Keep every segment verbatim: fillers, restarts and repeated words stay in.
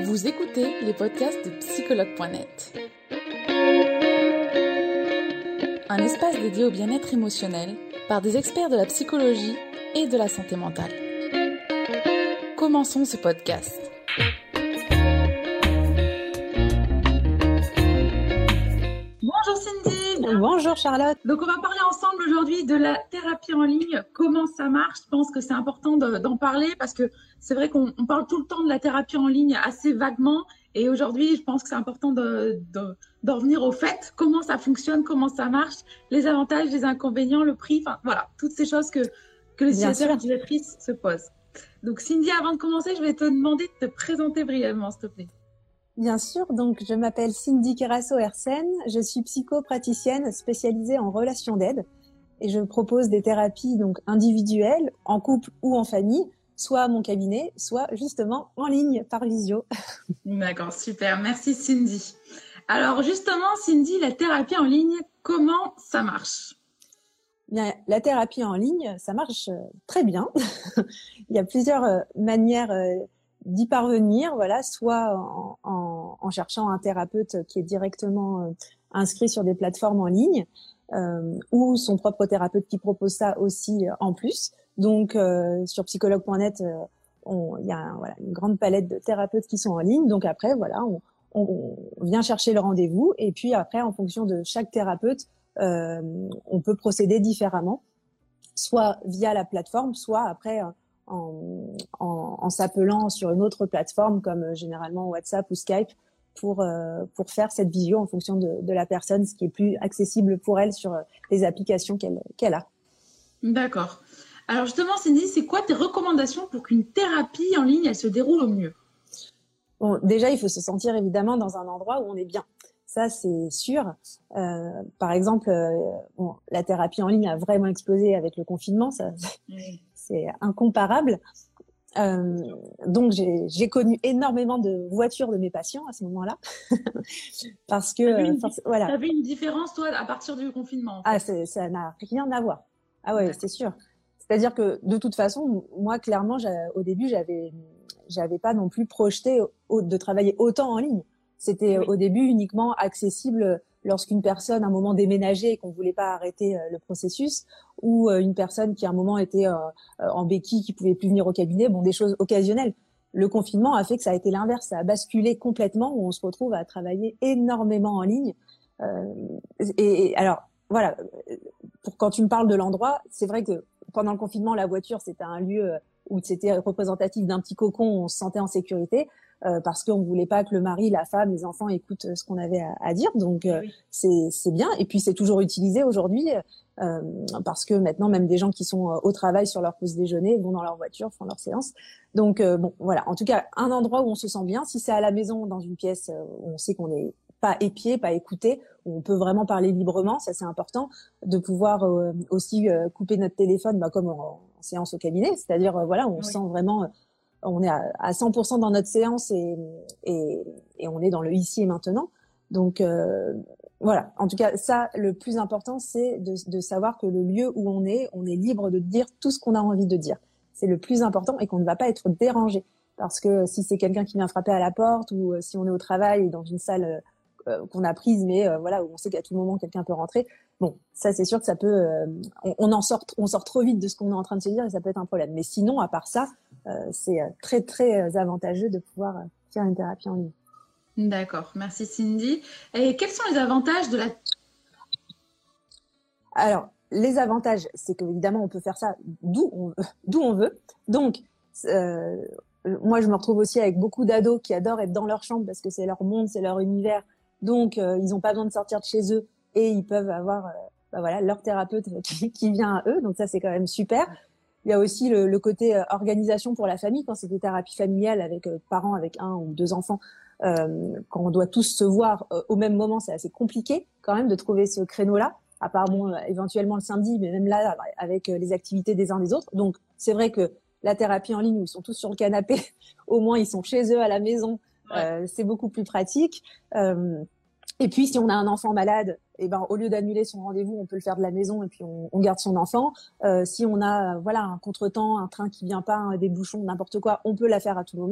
Vous écoutez les podcasts de psychologue point net. Un espace dédié au bien-être émotionnel par des experts de la psychologie et de la santé mentale. Commençons ce podcast. Bonjour Cindy. Bonjour Charlotte. Donc on va parler ensemble aujourd'hui de la thérapie en ligne, comment ça marche. Je pense que c'est important de, d'en parler parce que c'est vrai qu'on on parle tout le temps de la thérapie en ligne assez vaguement et aujourd'hui je pense que c'est important de, de, d'en revenir au fait, comment ça fonctionne, comment ça marche, les avantages, les inconvénients, le prix, enfin voilà, toutes ces choses que, que les utilisateurs et utilisatrices se posent. Donc Cindy, avant de commencer, je vais te demander de te présenter brièvement s'il te plaît. Bien sûr, donc je m'appelle Cindy Kerasso-Hersen, je suis psychopraticienne spécialisée en relations d'aide et je propose des thérapies donc individuelles, en couple ou en famille, soit à mon cabinet, soit justement en ligne par visio. D'accord, super, merci Cindy. Alors justement Cindy, la thérapie en ligne, comment ça marche ? Bien, la thérapie en ligne, ça marche très bien. Il y a plusieurs euh, manières euh, d'y parvenir, voilà, soit en, en, en cherchant un thérapeute qui est directement euh, inscrit sur des plateformes en ligne, euh, ou son propre thérapeute qui propose ça aussi euh, en plus. Donc, euh, sur psychologue point net, euh, on, il y a voilà, une grande palette de thérapeutes qui sont en ligne. Donc après, voilà, on, on, on vient chercher le rendez-vous et puis après, en fonction de chaque thérapeute, euh, on peut procéder différemment, soit via la plateforme, soit après en, en, en s'appelant sur une autre plateforme comme euh, généralement WhatsApp ou Skype pour euh, pour faire cette visio en fonction de, de la personne, ce qui est plus accessible pour elle sur les applications qu'elle qu'elle a. D'accord. Alors justement, Cindy, c'est quoi tes recommandations pour qu'une thérapie en ligne elle se déroule au mieux ? Bon, déjà, il faut se sentir évidemment dans un endroit où on est bien. Ça, c'est sûr. Euh, par exemple, euh, bon, la thérapie en ligne a vraiment explosé avec le confinement. Ça, oui. C'est incomparable. Euh, donc, j'ai, j'ai connu énormément de voitures de mes patients à ce moment-là. Parce que, t'avais une, forc- voilà. T'avais une différence, toi, à partir du confinement, en fait. Ah, c'est, ça n'a rien à voir. Ah ouais, c'est sûr. C'est-à-dire que, de toute façon, moi, clairement, au début, j'avais, j'avais pas non plus projeté de travailler autant en ligne. C'était oui. Au début uniquement accessible lorsqu'une personne à un moment déménageait et qu'on voulait pas arrêter euh, le processus, ou euh, une personne qui à un moment était euh, en béquille, qui pouvait plus venir au cabinet, bon, des choses occasionnelles. Le confinement a fait que ça a été l'inverse, ça a basculé complètement, où on se retrouve à travailler énormément en ligne. Euh, et, et alors, voilà, pour quand tu me parles de l'endroit, c'est vrai que pendant le confinement, la voiture, c'était un lieu où c'était représentatif d'un petit cocon où on se sentait en sécurité. Euh, parce qu'on voulait pas que le mari, la femme, les enfants écoutent ce qu'on avait à, à dire. Donc euh, oui. c'est c'est bien. Et puis c'est toujours utilisé aujourd'hui euh, parce que maintenant même des gens qui sont au travail sur leur pause déjeuner vont dans leur voiture, font leur séance. Donc euh, bon voilà. En tout cas, un endroit où on se sent bien. Si c'est à la maison, dans une pièce où on sait qu'on n'est pas épié, pas écouté, où on peut vraiment parler librement, ça c'est important. De pouvoir euh, aussi euh, couper notre téléphone, bah, comme en, en séance au cabinet, c'est-à-dire euh, voilà, où on oui. sent vraiment euh, on est à, à cent pour cent dans notre séance et, et, et on est dans le ici et maintenant. Donc euh, voilà, en tout cas, ça, le plus important, c'est de, de savoir que le lieu où on est, on est libre de dire tout ce qu'on a envie de dire. C'est le plus important et qu'on ne va pas être dérangé. Parce que si c'est quelqu'un qui vient frapper à la porte ou si on est au travail dans une salle euh, qu'on a prise, mais euh, voilà, où on sait qu'à tout moment, quelqu'un peut rentrer, bon, ça, c'est sûr que ça peut... Euh, on, on en sort, on sort trop vite de ce qu'on est en train de se dire et ça peut être un problème. Mais sinon, à part ça, Euh, c'est très, très avantageux de pouvoir faire une thérapie en ligne. D'accord, merci Cindy. Et quels sont les avantages de la... Alors, les avantages, c'est qu'évidemment, on peut faire ça d'où on, d'où on veut. Donc, euh, moi, je me retrouve aussi avec beaucoup d'ados qui adorent être dans leur chambre parce que c'est leur monde, c'est leur univers. Donc, euh, ils n'ont pas besoin de sortir de chez eux et ils peuvent avoir euh, bah voilà, leur thérapeute qui, qui vient à eux. Donc ça, c'est quand même super. Il y a aussi le, le côté euh, organisation pour la famille, quand c'est des thérapies familiales avec euh, parents avec un ou deux enfants, euh, quand on doit tous se voir euh, au même moment, c'est assez compliqué quand même de trouver ce créneau-là, à part bon, euh, éventuellement le samedi, mais même là, avec euh, les activités des uns des autres. Donc, c'est vrai que la thérapie en ligne, où ils sont tous sur le canapé, au moins ils sont chez eux à la maison, ouais. euh, c'est beaucoup plus pratique. Euh, Et puis, si on a un enfant malade, eh ben, au lieu d'annuler son rendez-vous, on peut le faire de la maison et puis on, on garde son enfant. Euh, si on a, voilà, un contretemps, un train qui vient pas, des bouchons, n'importe quoi, on peut la faire à tout moment.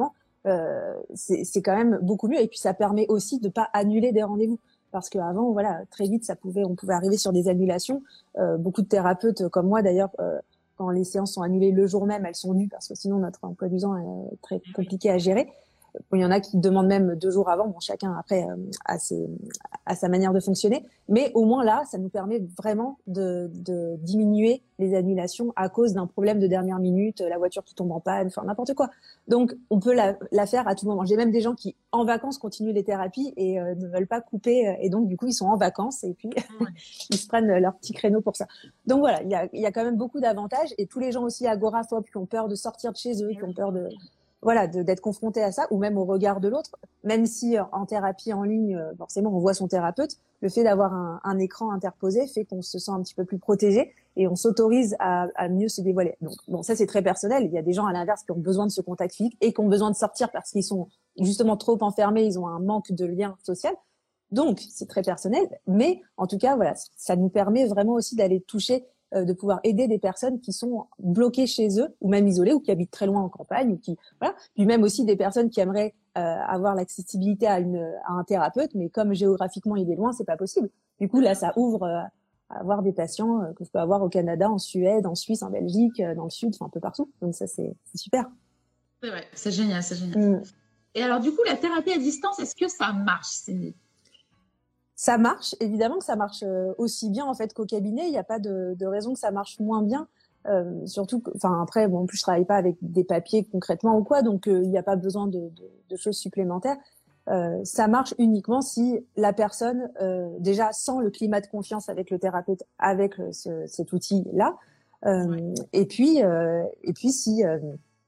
euh, c'est, c'est quand même beaucoup mieux. Et puis ça permet aussi de pas annuler des rendez-vous. Parce qu'avant, voilà, très vite, ça pouvait, on pouvait arriver sur des annulations. Euh, beaucoup de thérapeutes, comme moi d'ailleurs, euh, quand les séances sont annulées le jour même, elles sont nues parce que sinon notre emploi du temps est très compliqué à gérer. Il y en a qui demandent même deux jours avant. Bon, chacun après euh, a, ses, a sa manière de fonctionner, mais au moins là, ça nous permet vraiment de, de diminuer les annulations à cause d'un problème de dernière minute, la voiture qui tombe en panne, enfin n'importe quoi. Donc, on peut la, la faire à tout moment. J'ai même des gens qui, en vacances, continuent les thérapies et euh, ne veulent pas couper, et donc du coup, ils sont en vacances et puis ils se prennent leur petit créneau pour ça. Donc voilà, il y a, il y a quand même beaucoup d'avantages et tous les gens aussi agoraphobes qui ont peur de sortir de chez eux, qui ont peur de voilà, de, d'être confronté à ça, ou même au regard de l'autre, même si en thérapie en ligne, forcément, on voit son thérapeute, le fait d'avoir un, un écran interposé fait qu'on se sent un petit peu plus protégé et on s'autorise à, à mieux se dévoiler. Donc, bon, ça, c'est très personnel. Il y a des gens, à l'inverse, qui ont besoin de ce contact physique et qui ont besoin de sortir parce qu'ils sont justement trop enfermés, ils ont un manque de lien social. Donc, c'est très personnel. Mais, en tout cas, voilà, ça nous permet vraiment aussi d'aller toucher de pouvoir aider des personnes qui sont bloquées chez eux ou même isolées ou qui habitent très loin en campagne ou qui voilà, puis même aussi des personnes qui aimeraient euh, avoir l'accessibilité à une à un thérapeute, mais comme géographiquement il est loin, c'est pas possible. Du coup là, ça ouvre euh, à avoir des patients euh, que je peux avoir au Canada, en Suède, en Suisse, en Belgique, euh, dans le sud, enfin un peu partout. Donc ça c'est c'est super. C'est vrai, c'est génial, c'est génial. Mm. Et alors du coup la thérapie à distance, est-ce que ça marche, Cindy? Ça marche, évidemment que ça marche aussi bien en fait qu'au cabinet. Il n'y a pas de, de raison que ça marche moins bien. Euh, surtout, enfin après, bon, en plus je travaille pas avec des papiers concrètement ou quoi, donc euh, il n'y a pas besoin de, de, de choses supplémentaires. Euh, ça marche uniquement si la personne euh, déjà sent le climat de confiance avec le thérapeute, avec ce, cet outil-là, euh, ouais. et puis euh, et puis si euh,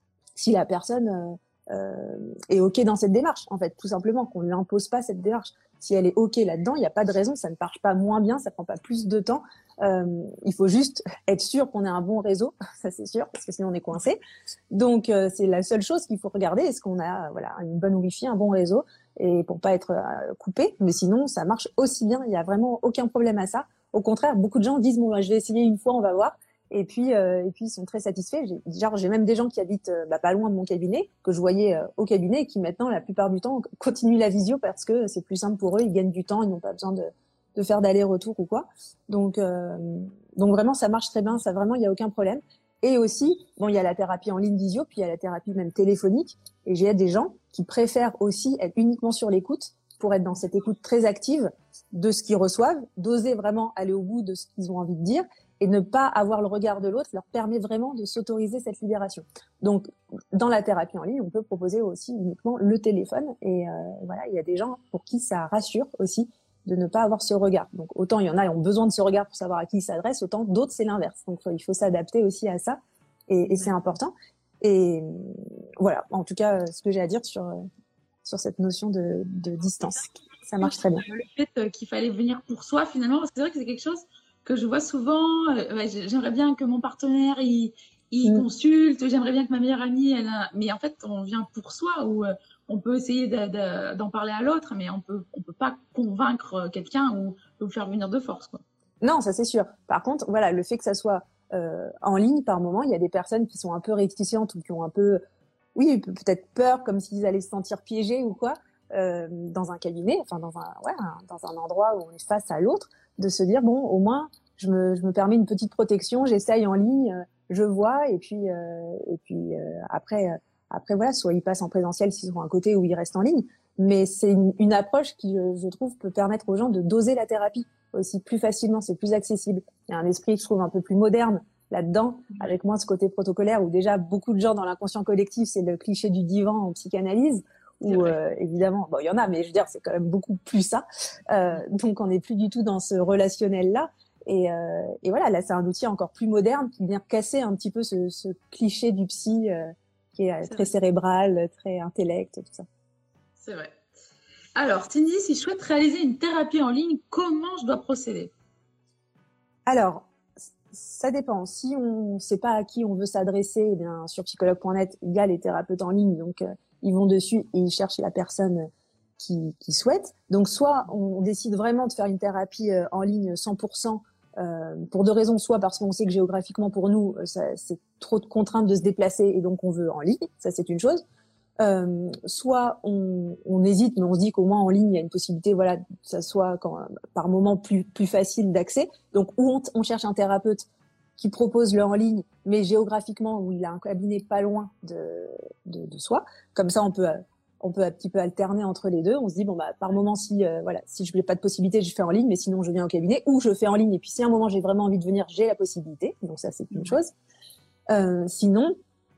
si la personne euh, est ok dans cette démarche, en fait, tout simplement, qu'on lui impose pas cette démarche. Si elle est OK là-dedans, il n'y a pas de raison, ça ne marche pas moins bien, ça prend pas plus de temps. Euh, il faut juste être sûr qu'on ait un bon réseau, ça c'est sûr, parce que sinon on est coincé. Donc euh, c'est la seule chose qu'il faut regarder, est-ce qu'on a voilà une bonne Wi-Fi, un bon réseau, et pour pas être euh, coupé. Mais sinon, ça marche aussi bien, il y a vraiment aucun problème à ça. Au contraire, beaucoup de gens disent bon, je vais essayer une fois, on va voir. Et puis, euh, et puis ils sont très satisfaits. J'ai, genre, j'ai même des gens qui habitent euh, bah, pas loin de mon cabinet, que je voyais euh, au cabinet, et qui maintenant, la plupart du temps, continuent la visio parce que c'est plus simple pour eux. Ils gagnent du temps, ils n'ont pas besoin de, de faire d'aller-retour ou quoi. Donc, euh, donc vraiment, ça marche très bien. Ça vraiment, il y a aucun problème. Et aussi, bon, il y a la thérapie en ligne visio, puis il y a la thérapie même téléphonique. Et j'ai des gens qui préfèrent aussi être uniquement sur l'écoute pour être dans cette écoute très active de ce qu'ils reçoivent, d'oser vraiment aller au bout de ce qu'ils ont envie de dire. Et ne pas avoir le regard de l'autre leur permet vraiment de s'autoriser cette libération. Donc, dans la thérapie en ligne, on peut proposer aussi uniquement le téléphone. Et euh, voilà, il y a des gens pour qui ça rassure aussi de ne pas avoir ce regard. Donc, autant il y en a qui ont besoin de ce regard pour savoir à qui ils s'adressent, autant d'autres, c'est l'inverse. Donc, il faut s'adapter aussi à ça. Et, et c'est important. Et voilà, en tout cas, ce que j'ai à dire sur, sur cette notion de, de distance. Ça marche très bien. Le fait qu'il fallait venir pour soi, finalement, c'est vrai que c'est quelque chose que je vois souvent. Euh, j'aimerais bien que mon partenaire il, il mmh. consulte, j'aimerais bien que ma meilleure amie, elle a... mais en fait, on vient pour soi, ou euh, on peut essayer de, de, d'en parler à l'autre, mais on peut, on peut pas convaincre quelqu'un ou le faire venir de force, quoi. Non, ça c'est sûr. Par contre, voilà, le fait que ça soit euh, en ligne, par moment, il y a des personnes qui sont un peu réticentes ou qui ont un peu, oui, peut-être peur, comme s'ils allaient se sentir piégés ou quoi, euh, dans un cabinet, enfin dans un, ouais, un, dans un endroit où on est face à l'autre, de se dire bon, au moins, je me, je me permets une petite protection, j'essaye en ligne, euh, je vois, et puis, euh, et puis euh, après, euh, après voilà, soit ils passent en présentiel s'ils sont à côté ou ils restent en ligne. Mais c'est une, une approche qui, je, je trouve, peut permettre aux gens de doser la thérapie aussi plus facilement, c'est plus accessible. Il y a un esprit que je trouve un peu plus moderne là-dedans, avec moins ce côté protocolaire où déjà beaucoup de gens dans l'inconscient collectif, c'est le cliché du divan en psychanalyse. Où euh, évidemment, bon, il y en a, mais je veux dire, c'est quand même beaucoup plus ça. Euh, donc, on n'est plus du tout dans ce relationnel-là. Et, euh, et voilà, là, c'est un outil encore plus moderne qui vient casser un petit peu ce, ce cliché du psy euh, qui est, est très vrai. Cérébral, très intellect, tout ça. C'est vrai. Alors, Cindy, si je souhaite réaliser une thérapie en ligne, comment je dois procéder? Alors, ça dépend. Si on ne sait pas à qui on veut s'adresser, eh bien, sur psychologue point net, il y a les thérapeutes en ligne, donc euh, ils vont dessus et ils cherchent la personne qui, qui souhaite. Donc, soit on décide vraiment de faire une thérapie euh, en ligne cent pour cent euh, pour deux raisons. Soit parce qu'on sait que géographiquement, pour nous, ça, c'est trop de contraintes de se déplacer et donc on veut en ligne. Ça, c'est une chose. Euh, soit on, on hésite, mais on se dit qu'au moins en ligne, il y a une possibilité, voilà, que ça soit quand, par moment plus, plus facile d'accès. Donc, où on, on cherche un thérapeute qui propose le en ligne, mais géographiquement, où il a un cabinet pas loin de, de, de soi. Comme ça, on peut, on peut un petit peu alterner entre les deux. On se dit, bon, bah, par moment, si, euh, voilà, si je n'ai pas de possibilité, je fais en ligne, mais sinon, je viens au cabinet, ou je fais en ligne, et puis si à un moment, j'ai vraiment envie de venir, j'ai la possibilité. Donc, ça, c'est une chose. Euh, sinon,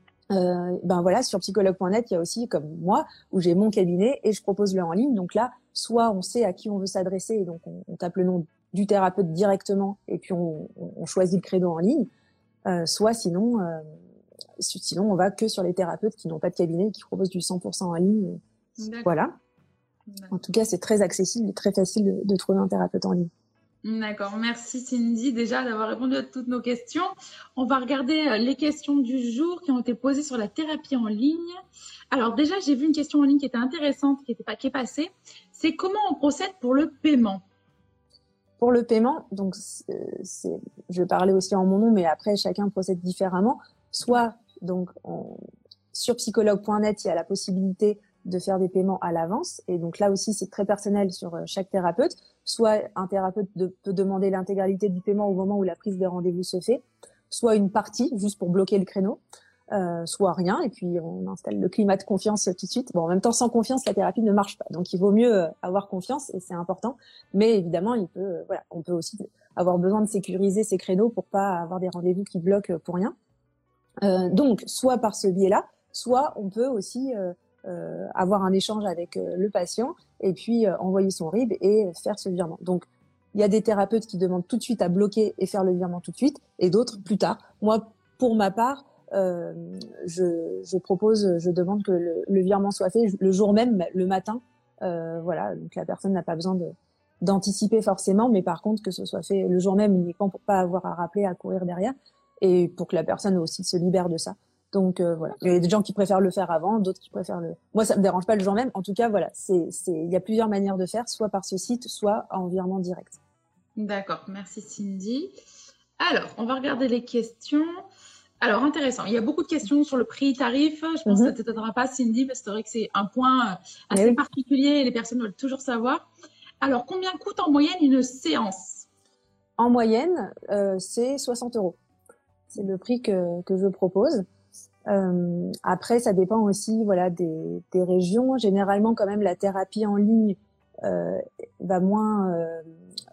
Euh, ben voilà, sur psychologue point net, il y a aussi, comme moi, où j'ai mon cabinet et je propose le en ligne. Donc là, soit on sait à qui on veut s'adresser, et donc on, on tape le nom du thérapeute directement et puis on, on, on choisit le créneau en ligne. Euh, soit sinon, euh, sinon on va que sur les thérapeutes qui n'ont pas de cabinet et qui proposent du cent pour cent en ligne. Voilà. En tout cas, c'est très accessible et très facile de, de trouver un thérapeute en ligne. D'accord, merci Cindy déjà d'avoir répondu à toutes nos questions. On va regarder les questions du jour qui ont été posées sur la thérapie en ligne. Alors déjà, j'ai vu une question en ligne qui était intéressante, qui, était pas, qui est passée. C'est comment on procède pour le paiement? Pour le paiement, donc c'est, je vais parler aussi en mon nom, mais après chacun procède différemment. Soit donc on, sur psychologue point net, il y a la possibilité de faire des paiements à l'avance. Et donc là aussi, c'est très personnel sur chaque thérapeute. Soit un thérapeute de, peut demander l'intégralité du paiement au moment où la prise de rendez-vous se fait, soit une partie, juste pour bloquer le créneau, euh, soit rien. Et puis, on installe le climat de confiance tout de suite. Bon, en même temps, sans confiance, la thérapie ne marche pas. Donc, il vaut mieux avoir confiance et c'est important. Mais évidemment, il peut, voilà, on peut aussi avoir besoin de sécuriser ces créneaux pour pas avoir des rendez-vous qui bloquent pour rien. Euh, donc, soit par ce biais-là, soit on peut aussi euh, euh, avoir un échange avec euh, le patient et puis euh, envoyer son R I B et faire ce virement. Donc, il y a des thérapeutes qui demandent tout de suite à bloquer et faire le virement tout de suite, et d'autres plus tard. Moi, pour ma part, euh, je, je propose, je demande que le, le virement soit fait le jour même, le matin. Euh, voilà, donc la personne n'a pas besoin de, d'anticiper forcément, mais par contre que ce soit fait le jour même uniquement pour pas avoir à rappeler, à courir derrière, et pour que la personne aussi se libère de ça. Donc euh, voilà, il y a des gens qui préfèrent le faire avant, d'autres qui préfèrent le. Moi, ça me dérange pas le jour même. En tout cas, voilà, c'est, c'est, il y a plusieurs manières de faire, soit par ce site, soit en virement direct. D'accord, merci Cindy. Alors, on va regarder les questions. Alors, intéressant. Il y a beaucoup de questions sur le prix tarif. Je pense mm-hmm. que ça ne t'étonnera pas, Cindy, parce que c'est vrai que c'est un point assez oui. particulier et les personnes veulent toujours savoir. Alors, combien coûte en moyenne une séance? En moyenne, euh, c'est soixante euros. C'est le prix que, que je propose. Euh, après, ça dépend aussi, voilà, des, des régions. Généralement, quand même, la thérapie en ligne euh, va moins. Euh,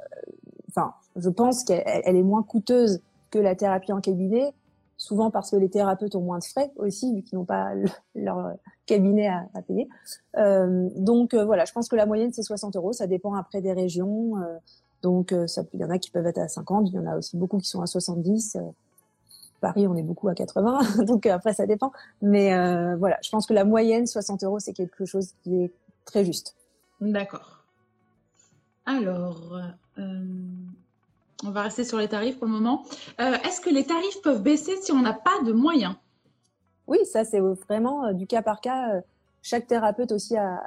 enfin, je pense qu'elle elle est moins coûteuse que la thérapie en cabinet. Souvent parce que les thérapeutes ont moins de frais aussi, vu qu'ils n'ont pas le, leur cabinet à, à payer. Euh, donc euh, voilà, je pense que la moyenne c'est soixante euros. Ça dépend après des régions. Euh, donc euh, ça, il y en a qui peuvent être à cinquante, il y en a aussi beaucoup qui sont à soixante-dix. Euh, Paris, on est beaucoup à quatre-vingts, donc euh, après ça dépend. Mais euh, voilà, je pense que la moyenne soixante euros, c'est quelque chose qui est très juste. D'accord. Alors. Euh... On va rester sur les tarifs pour le moment. Euh, est-ce que les tarifs peuvent baisser si on n'a pas de moyens? Oui, ça c'est vraiment euh, du cas par cas. Chaque thérapeute aussi a,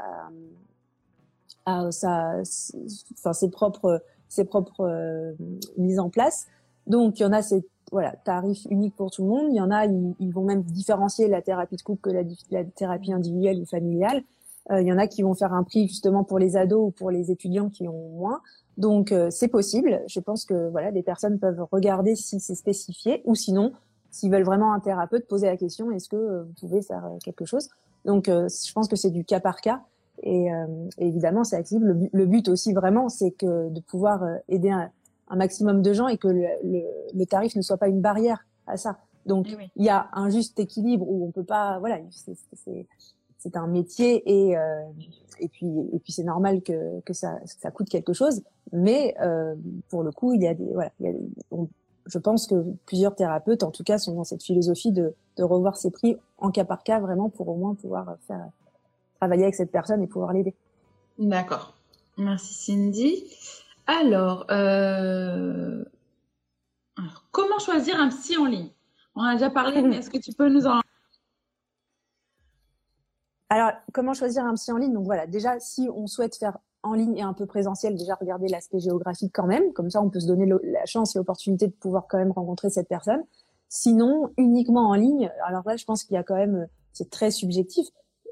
a, a sa, enfin, ses propres, ses propres euh, mises en place. Donc il y en a c'est voilà tarifs uniques pour tout le monde. Il y en a ils, ils vont même différencier la thérapie de couple que la, la thérapie individuelle ou familiale. Euh, il y en a qui vont faire un prix justement pour les ados ou pour les étudiants qui ont moins. Donc euh, c'est possible. Je pense que voilà, les personnes peuvent regarder si c'est spécifié, ou sinon, s'ils veulent vraiment un thérapeute, poser la question est-ce que euh, vous pouvez faire euh, quelque chose. Donc euh, je pense que c'est du cas par cas, et, euh, et évidemment c'est accessible. Le, le but aussi vraiment, c'est que de pouvoir euh, aider un, un maximum de gens et que le, le, le tarif ne soit pas une barrière à ça. Donc il oui. y a un juste équilibre où on peut pas, voilà, c'est, c'est, c'est un métier et euh, et puis et puis c'est normal que que ça ça coûte quelque chose, mais euh, pour le coup il y a des voilà il y a on, je pense que plusieurs thérapeutes en tout cas sont dans cette philosophie de de revoir ses prix en cas par cas, vraiment pour au moins pouvoir faire travailler avec cette personne et pouvoir l'aider. D'accord, merci Cindy. Alors, euh... alors comment choisir un psy en ligne? On a déjà parlé, mais est-ce que tu peux nous en Alors, comment choisir un psy en ligne? Donc voilà, déjà, si on souhaite faire en ligne et un peu présentiel, déjà regarder l'aspect géographique quand même. Comme ça, on peut se donner la chance et l'opportunité de pouvoir quand même rencontrer cette personne. Sinon, uniquement en ligne, alors là, je pense qu'il y a quand même, c'est très subjectif.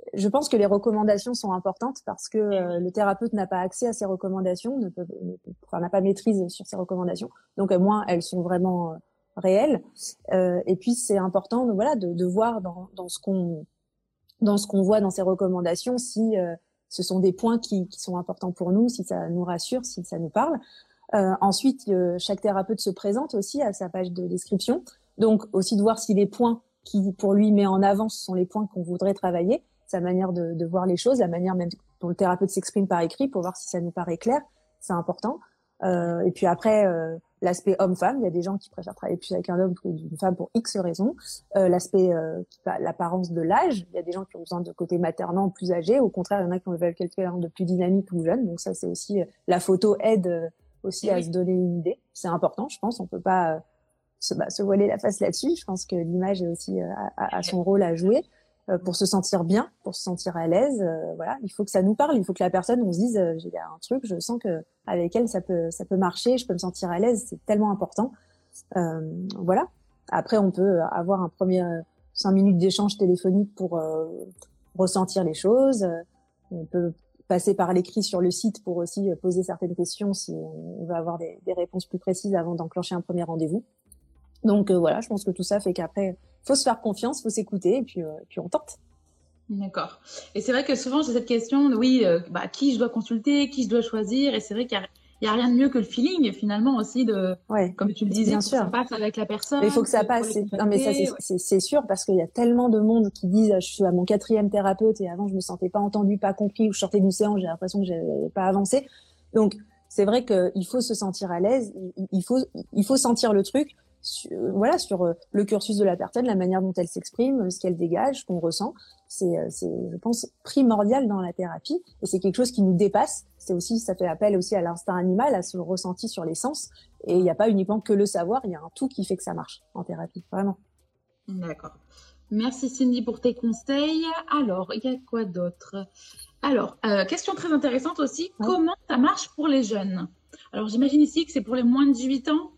je pense que les recommandations sont importantes parce que euh, le thérapeute n'a pas accès à ces recommandations, ne peut, ne peut, enfin, n'a pas maîtrise sur ces recommandations. Donc, au moins, elles sont vraiment euh, réelles. Euh, et puis, c'est important, de, voilà, de, de voir dans, dans ce qu'on, dans ce qu'on voit dans ces recommandations, si euh, ce sont des points qui, qui sont importants pour nous, si ça nous rassure, si ça nous parle. Euh, ensuite, euh, chaque thérapeute se présente aussi à sa page de description. Donc, aussi de voir si les points qui, pour lui, met en avant, ce sont les points qu'on voudrait travailler, sa manière de, de voir les choses, la manière même dont le thérapeute s'exprime par écrit pour voir si ça nous paraît clair, c'est important. Euh, et puis après, euh, l'aspect homme-femme, il y a des gens qui préfèrent travailler plus avec un homme qu'une femme pour X raisons. Euh, l'aspect, euh, l'apparence de l'âge, il y a des gens qui ont besoin de côté maternant plus âgé, au contraire, il y en a qui veulent quelqu'un de plus dynamique ou jeune, donc ça c'est aussi, euh, la photo aide euh, aussi Et à oui. se donner une idée, c'est important, je pense, on peut pas... Euh, Se, bah, se voiler la face là-dessus. Je pense que l'image est aussi euh, a, a son rôle à jouer euh, pour se sentir bien, pour se sentir à l'aise. Euh, voilà, il faut que ça nous parle. Il faut que la personne, on se dise, euh, j'ai un truc, je sens que avec elle ça peut ça peut marcher, je peux me sentir à l'aise. C'est tellement important. Euh, voilà. Après, on peut avoir un premier euh, cinq minutes d'échange téléphonique pour euh, ressentir les choses. On peut passer par l'écrit sur le site pour aussi poser certaines questions si on veut avoir des, des réponses plus précises avant d'enclencher un premier rendez-vous. Donc euh, voilà, je pense que tout ça fait qu'après, faut se faire confiance, faut s'écouter et puis, euh, puis on tente. D'accord. Et c'est vrai que souvent j'ai cette question de oui, euh, bah, qui je dois consulter, qui je dois choisir. Et c'est vrai qu'il n'y a, a rien de mieux que le feeling finalement aussi de, Ouais, comme tu le disais, bien pour que ça sûr. passe avec la personne. Mais il faut que ça pour passe. les Non mais ça c'est contacter. Ouais. c'est c'est sûr parce qu'il y a tellement de monde qui disent je suis à mon quatrième thérapeute et avant je me sentais pas entendu, pas compris ou je sortais d'une séance j'ai l'impression que j'avais pas avancé. Donc c'est vrai qu'il faut se sentir à l'aise, il, il faut il faut sentir le truc. Sur, voilà, sur euh, le cursus de la personne, la manière dont elle s'exprime, ce qu'elle dégage, ce qu'on ressent, c'est, euh, c'est, je pense, primordial dans la thérapie et c'est quelque chose qui nous dépasse. C'est aussi, ça fait appel aussi à l'instinct animal, à ce ressenti sur les sens. Et il n'y a pas uniquement que le savoir, il y a un tout qui fait que ça marche en thérapie, vraiment. D'accord. Merci Cindy pour tes conseils. Alors, il y a quoi d'autre? Alors, euh, question très intéressante aussi, Ouais. comment ça marche pour les jeunes? Alors, j'imagine ici que c'est pour les moins de dix-huit ans.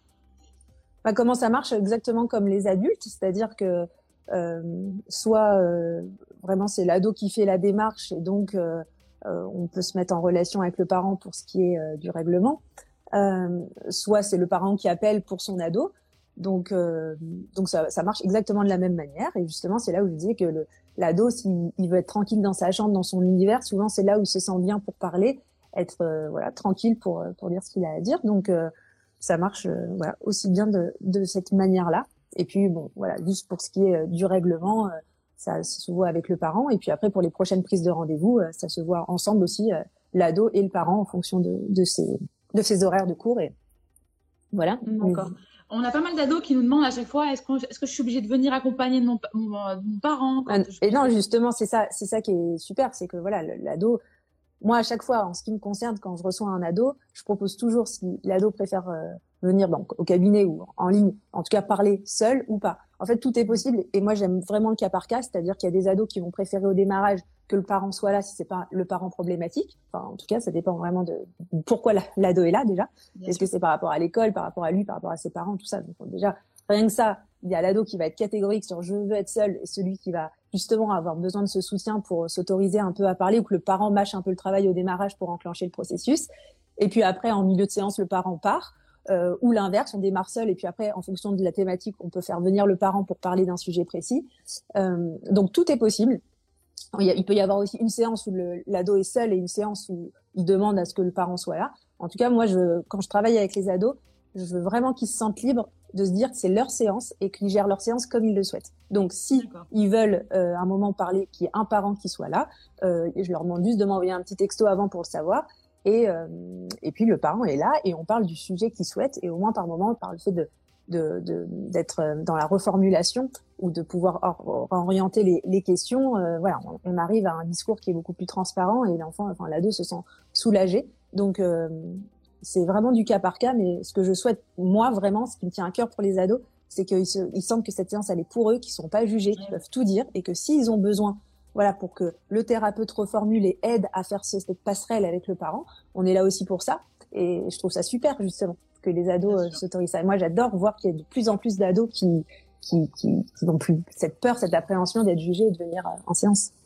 Bah, comment ça marche exactement comme les adultes, c'est-à-dire que euh, soit euh, vraiment c'est l'ado qui fait la démarche et donc euh, euh, on peut se mettre en relation avec le parent pour ce qui est euh, du règlement, euh, soit c'est le parent qui appelle pour son ado. Donc, euh, donc ça, ça marche exactement de la même manière. Et justement, c'est là où je disais que le, l'ado, s'il il veut être tranquille dans sa chambre, dans son univers, souvent c'est là où il se sent bien pour parler, être euh, voilà tranquille pour pour dire ce qu'il a à dire. Donc euh, ça marche euh, voilà aussi bien de, de cette manière-là. Et puis bon, voilà, juste pour ce qui est euh, du règlement, euh, ça, ça se voit avec le parent. Et puis après, pour les prochaines prises de rendez-vous, euh, ça se voit ensemble aussi, euh, l'ado et le parent en fonction de, de ses de ses horaires de cours. Et voilà. D'accord. On a pas mal d'ados qui nous demandent à chaque fois est-ce, qu'on, est-ce que je suis obligée de venir accompagner de mon, mon, mon parent quand je... Et non, justement, c'est ça, c'est ça qui est super, c'est que voilà, l'ado. Moi, à chaque fois, en ce qui me concerne, quand je reçois un ado, je propose toujours si l'ado préfère euh, venir bon, au cabinet ou en ligne, en tout cas parler seul ou pas. En fait, tout est possible. Et moi, j'aime vraiment le cas par cas, c'est-à-dire qu'il y a des ados qui vont préférer au démarrage que le parent soit là si c'est pas le parent problématique. Enfin, en tout cas, ça dépend vraiment de pourquoi l'ado est là déjà. Bien Est-ce sûr. Que c'est par rapport à l'école, par rapport à lui, par rapport à ses parents, tout ça. Donc déjà, rien que ça, il y a l'ado qui va être catégorique sur je veux être seul et celui qui va justement avoir besoin de ce soutien pour s'autoriser un peu à parler ou que le parent mâche un peu le travail au démarrage pour enclencher le processus. Et puis après, en milieu de séance, le parent part. Euh, ou l'inverse, on démarre seul et puis après, en fonction de la thématique, on peut faire venir le parent pour parler d'un sujet précis. Euh, donc tout est possible. Il, y a, il peut y avoir aussi une séance où le, l'ado est seul et une séance où il demande à ce que le parent soit là. En tout cas, moi, je, quand je travaille avec les ados, je veux vraiment qu'ils se sentent libres de se dire que c'est leur séance et qu'ils gèrent leur séance comme ils le souhaitent. Donc, si D'accord. ils veulent euh, un moment parler, qu'il y ait un parent qui soit là, euh, je leur demande juste de m'envoyer un petit texto avant pour le savoir. Et, euh, et puis le parent est là et on parle du sujet qu'il souhaite et au moins par moment par le fait de, de, de d'être dans la reformulation ou de pouvoir or, orienter les, les questions, euh, voilà, on, on arrive à un discours qui est beaucoup plus transparent et l'enfant, enfin l'ado se sent soulagé. Donc euh, c'est vraiment du cas par cas, mais ce que je souhaite moi vraiment, ce qui me tient à cœur pour les ados, c'est qu'ils se, ils sentent que cette séance elle est pour eux, qu'ils sont pas jugés, qu'ils peuvent tout dire et que s'ils ont besoin voilà, pour que le thérapeute reformule et aide à faire ce, cette passerelle avec le parent. On est là aussi pour ça. Et je trouve ça super, justement, que les ados euh, s'autorisent ça. Et moi, j'adore voir qu'il y a de plus en plus d'ados qui, qui, qui, qui n'ont plus cette peur, cette appréhension d'être jugés et de venir euh, en séance.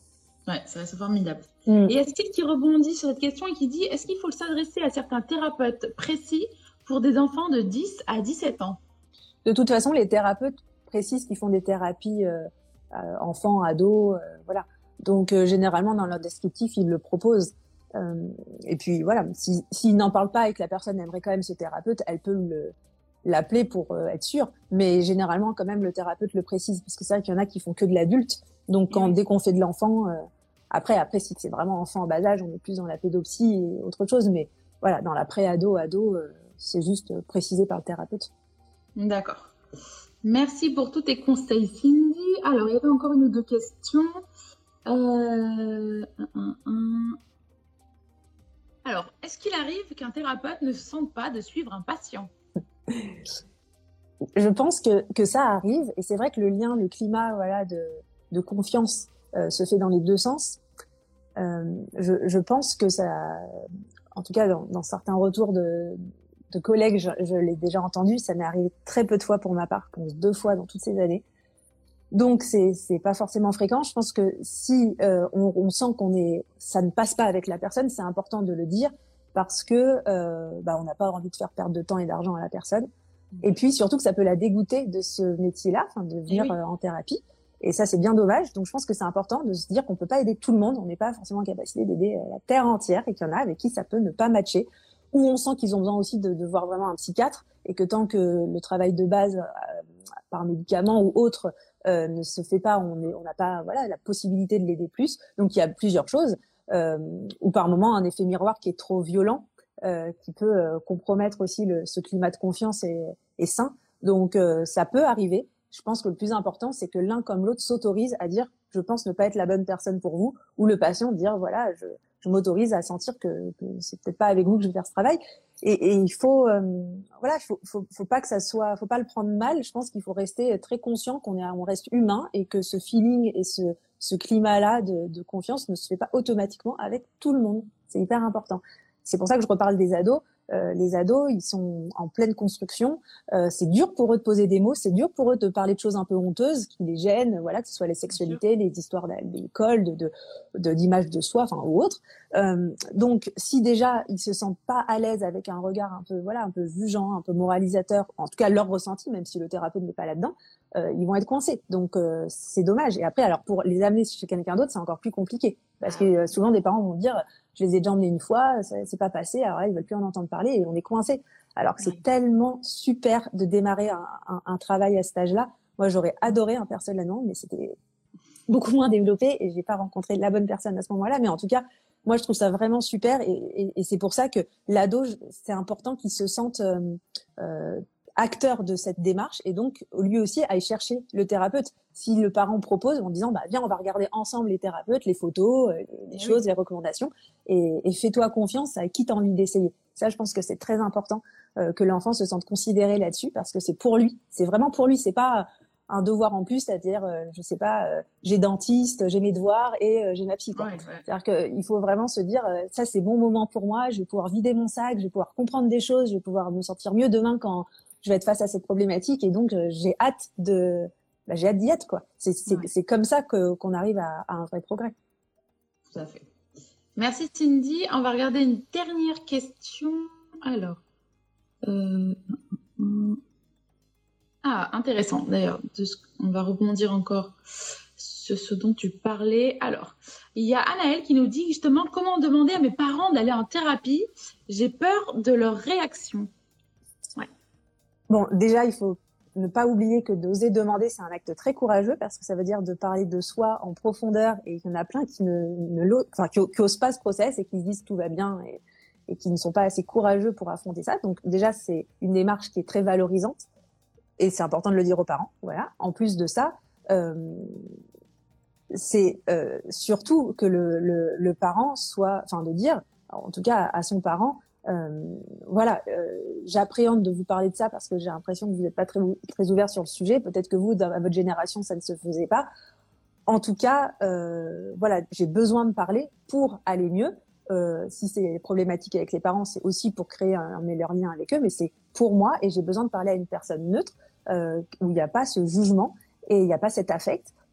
Ouais, c'est c'est formidable. Mm. Et est-ce qu'il qui rebondit sur cette question et qui dit, est-ce qu'il faut s'adresser à certains thérapeutes précis pour des enfants de dix à dix-sept ans? De toute façon, les thérapeutes précisent qu'ils font des thérapies euh, euh, enfants, ados, euh, voilà. Donc euh, généralement dans leur descriptif, ils le proposent. Euh, et puis voilà, si, s'ils n'en parlent pas et que la personne aimerait quand même ce thérapeute, elle peut le, l'appeler pour euh, être sûre. Mais généralement, quand même, le thérapeute le précise parce que c'est vrai qu'il y en a qui font que de l'adulte. Donc quand Oui. dès qu'on fait de l'enfant, euh, après, après si c'est vraiment enfant en bas âge, on est plus dans la pédopsie et autre chose. Mais voilà, dans la pré-ado, ado, euh, c'est juste précisé par le thérapeute. D'accord. Merci pour tous tes conseils, Cindy. Alors, il y avait encore une ou deux questions. Euh, un, un, un. Alors, est-ce qu'il arrive qu'un thérapeute ne se sente pas de suivre un patient? Je pense que, que ça arrive, et c'est vrai que le lien, le climat, voilà, de, de confiance euh, se fait dans les deux sens. Euh, je, je pense que ça, en tout cas dans, dans certains retours de, de collègues, je, je l'ai déjà entendu, ça m'est arrivé très peu de fois pour ma part, je pense deux fois dans toutes ces années. Donc c'est c'est pas forcément fréquent. Je pense que si euh, on, on sent qu'on est, ça ne passe pas avec la personne, c'est important de le dire parce que euh, bah on n'a pas envie de faire perdre de temps et d'argent à la personne. Et puis surtout que ça peut la dégoûter de ce métier-là, enfin de venir oui. euh, en thérapie. Et ça c'est bien dommage. Donc je pense que c'est important de se dire qu'on peut pas aider tout le monde. On n'est pas forcément en capacité d'aider euh, la terre entière et qu'il y en a avec qui ça peut ne pas matcher. Ou on sent qu'ils ont besoin aussi de, de voir vraiment un psychiatre et que tant que le travail de base euh, par médicament ou autre euh, ne se fait pas, on est, on n'a pas voilà la possibilité de l'aider plus. Donc il y a plusieurs choses. Euh, ou par moment un effet miroir qui est trop violent, euh, qui peut euh, compromettre aussi le, ce climat de confiance et, et sain. Donc euh, ça peut arriver. Je pense que le plus important, c'est que l'un comme l'autre s'autorise à dire « je pense ne pas être la bonne personne pour vous » ou le patient dire « voilà, je, je m'autorise à sentir que, que c'est peut-être pas avec vous que je vais faire ce travail ». Et, et il faut, euh, voilà, faut, faut, faut pas que ça soit, faut pas le prendre mal. Je pense qu'il faut rester très conscient qu'on est, on reste humain et que ce feeling et ce, ce climat-là de, de confiance ne se fait pas automatiquement avec tout le monde. C'est hyper important. C'est pour ça que je reparle des ados. Euh, les ados, ils sont en pleine construction. Euh, c'est dur pour eux de poser des mots, c'est dur pour eux de parler de choses un peu honteuses qui les gênent, voilà, que ce soit les sexualités, les histoires d'école, de, de, de d'image de soi, enfin ou autre. Euh, donc, si déjà ils se sentent pas à l'aise avec un regard un peu, voilà, un peu jugeant, un peu moralisateur, en tout cas leur ressenti, même si le thérapeute n'est pas là-dedans, euh, ils vont être coincés. Donc, euh, c'est dommage. Et après, alors pour les amener chez quelqu'un d'autre, c'est encore plus compliqué parce que euh, souvent des parents vont dire je les ai déjà emmenés une fois, ça c'est pas passé, alors là, ils veulent plus en entendre parler et on est coincé. Alors que c'est oui. tellement super de démarrer un, un, un travail à cet âge-là. Moi, j'aurais adoré un personnellement, mais c'était beaucoup moins développé et j'ai pas rencontré la bonne personne à ce moment-là. Mais en tout cas, moi, je trouve ça vraiment super et, et, et c'est pour ça que l'ado, c'est important qu'il se sente euh, euh, acteur de cette démarche et donc lui aussi aille chercher le thérapeute. Si le parent propose en disant bah viens on va regarder ensemble les thérapeutes, les photos, les oui. choses, les recommandations et, et fais-toi confiance à qui t'as envie d'essayer. Ça je pense que c'est très important euh, que l'enfant se sente considéré là-dessus parce que c'est pour lui, c'est vraiment pour lui, c'est pas un devoir en plus, c'est-à-dire euh, je sais pas, euh, j'ai dentiste, j'ai mes devoirs et euh, j'ai ma psy. Quoi. Ouais, ouais. C'est-à-dire qu'il faut vraiment se dire euh, ça c'est bon moment pour moi, je vais pouvoir vider mon sac, je vais pouvoir comprendre des choses, je vais pouvoir me sentir mieux demain quand je vais être face à cette problématique et donc euh, j'ai hâte de bah, j'ai hâte d'y être quoi. C'est c'est ouais. c'est comme ça que qu'on arrive à, à un vrai progrès. Tout à fait. Merci Cindy. On va regarder une dernière question. Alors, euh... ah intéressant d'ailleurs. On va rebondir encore sur ce dont tu parlais. Alors, il y a Anaëlle qui nous dit justement comment demander à mes parents d'aller en thérapie. J'ai peur de leur réaction. Bon, déjà, il faut ne pas oublier que d'oser demander, c'est un acte très courageux parce que ça veut dire de parler de soi en profondeur et il y en a plein qui ne, ne enfin, qui, qui osent pas ce process et qui se disent tout va bien et, et qui ne sont pas assez courageux pour affronter ça. Donc, déjà, c'est une démarche qui est très valorisante et c'est important de le dire aux parents. Voilà. En plus de ça, euh, c'est euh, surtout que le, le, le parent soit, enfin, de dire, en tout cas à son parent, Euh, voilà, euh, j'appréhende de vous parler de ça parce que j'ai l'impression que vous n'êtes pas très, très ouvert sur le sujet. Peut-être que vous, dans, à votre génération, ça ne se faisait pas. En tout cas, euh, voilà, j'ai besoin de parler pour aller mieux. Euh, si c'est problématique avec les parents, c'est aussi pour créer un, un meilleur lien avec eux, mais c'est pour moi et j'ai besoin de parler à une personne neutre euh, où il n'y a pas ce jugement et il n'y a pas cet affect.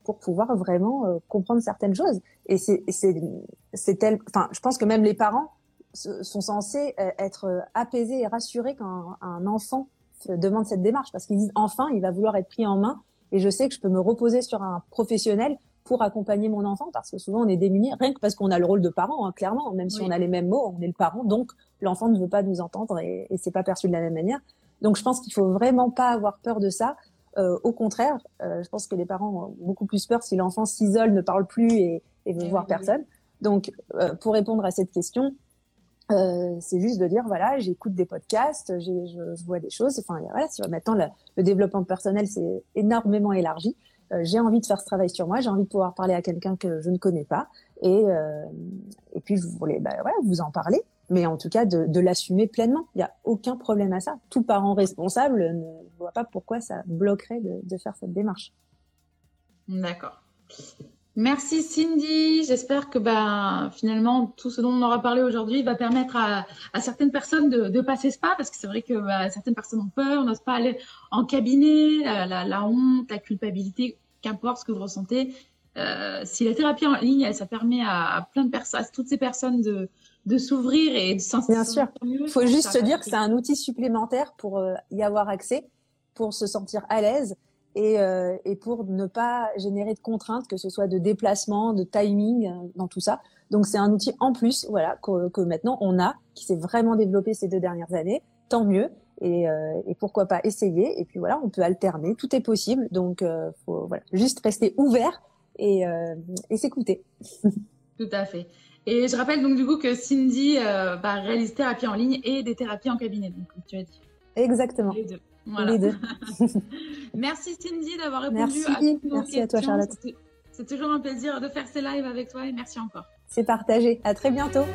pour pouvoir vraiment euh, comprendre certaines choses. Et c'est, c'est, c'est tel, enfin, je pense que même les parents sont censés être apaisés et rassurés quand un enfant demande cette démarche, parce qu'ils disent enfin, il va vouloir être pris en main, et je sais que je peux me reposer sur un professionnel pour accompagner mon enfant, parce que souvent on est démunis, rien que parce qu'on a le rôle de parent, hein, clairement, même si oui. on a les mêmes mots, on est le parent, donc l'enfant ne veut pas nous entendre et, et c'est pas perçu de la même manière. Donc je pense qu'il faut vraiment pas avoir peur de ça. Euh, au contraire, euh, je pense que les parents ont beaucoup plus peur si l'enfant s'isole, ne parle plus et, et veut et voir oui, personne. Oui. Donc euh, pour répondre à cette question, Euh, c'est juste de dire voilà, j'écoute des podcasts, j'ai, je, je vois des choses. Enfin voilà, maintenant le, le développement personnel s'est énormément élargi. Euh, j'ai envie de faire ce travail sur moi, j'ai envie de pouvoir parler à quelqu'un que je ne connais pas, et euh, et puis je voulais bah voilà vous en parler, mais en tout cas de, de l'assumer pleinement. Il y a aucun problème à ça. Tout parent responsable ne voit pas pourquoi ça bloquerait de, de faire cette démarche. D'accord. Merci Cindy, j'espère que ben, finalement tout ce dont on aura parlé aujourd'hui va permettre à, à certaines personnes de, de passer ce pas, parce que c'est vrai que ben, certaines personnes ont peur, n'osent pas aller en cabinet, la, la, la honte, la culpabilité, qu'importe ce que vous ressentez. Euh, si la thérapie en ligne, ça permet à, à plein de personnes, à toutes ces personnes de, de s'ouvrir et de sentir Bien sûr, il faut juste se dire que c'est un outil supplémentaire pour euh, y avoir accès, pour se sentir à l'aise. Et, euh, et pour ne pas générer de contraintes, que ce soit de déplacement, de timing, euh, dans tout ça. Donc c'est un outil en plus, voilà, que, que maintenant on a, qui s'est vraiment développé ces deux dernières années. Tant mieux. Et, euh, et pourquoi pas essayer. Et puis voilà, on peut alterner, tout est possible. Donc euh, faut voilà, juste rester ouvert et, euh, et s'écouter. Tout à fait. Et je rappelle donc du coup que Cindy euh, bah, réalise thérapie en ligne et des thérapies en cabinet. Donc tu as dit. Exactement. Les deux. Voilà. Les deux. Merci Cindy d'avoir répondu merci. à toutes nos merci questions. À toi Charlotte. C'est, c'est toujours un plaisir de faire ces lives avec toi et merci encore. C'est partagé. À très bientôt.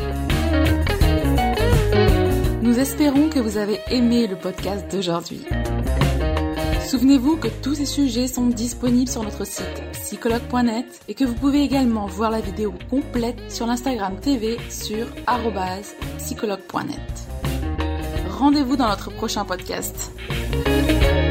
Nous espérons que vous avez aimé le podcast d'aujourd'hui. Souvenez-vous que tous ces sujets sont disponibles sur notre site psychologue point net et que vous pouvez également voir la vidéo complète sur l'Instagram T V sur arobase psychologue point net. Rendez-vous dans notre prochain podcast.